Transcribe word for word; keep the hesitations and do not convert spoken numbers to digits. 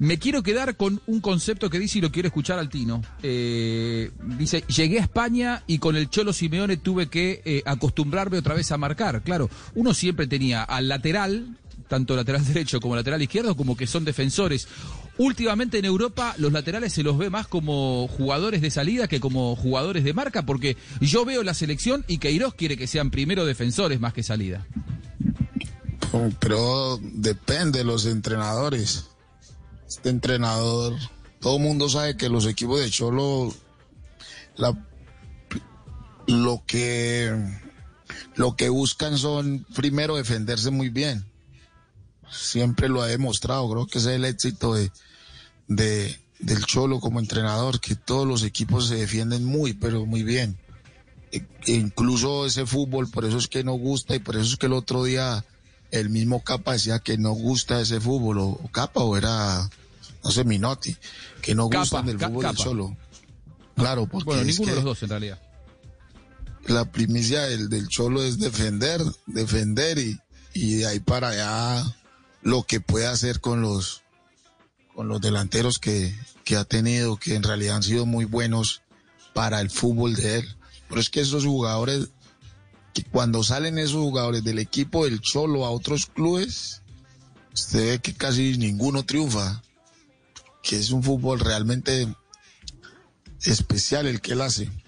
Me quiero quedar con un concepto que dice y lo quiero escuchar al Tino. Eh, dice, llegué a España y con el Cholo Simeone tuve que eh, acostumbrarme otra vez a marcar. Claro, uno siempre tenía al lateral, tanto lateral derecho como lateral izquierdo, como que son defensores. Últimamente en Europa los laterales se los ve más como jugadores de salida que como jugadores de marca, porque yo veo la selección y Queiroz quiere que sean primero defensores más que salida. Pero depende de los entrenadores. Este entrenador, todo el mundo sabe que los equipos de Cholo, la, lo que lo que buscan son primero defenderse muy bien. Siempre lo ha demostrado, creo que ese es el éxito de, de del Cholo como entrenador, que todos los equipos se defienden muy, pero muy bien. E, e incluso ese fútbol, por eso es que no gusta y por eso es que el otro día el mismo Capa decía que no gusta ese fútbol, o, o Capa o era, no sé, Minotti, que no Capa, gustan del ca- fútbol Capa. del Cholo. Claro, porque Bueno, es ninguno que de los dos en realidad. la primicia del, del Cholo es defender, defender y, y de ahí para allá lo que puede hacer con los con los delanteros que, que ha tenido, que en realidad han sido muy buenos para el fútbol de él. Pero es que esos jugadores, que cuando salen esos jugadores del equipo del Cholo a otros clubes, usted ve que casi ninguno triunfa, que es un fútbol realmente especial el que él hace.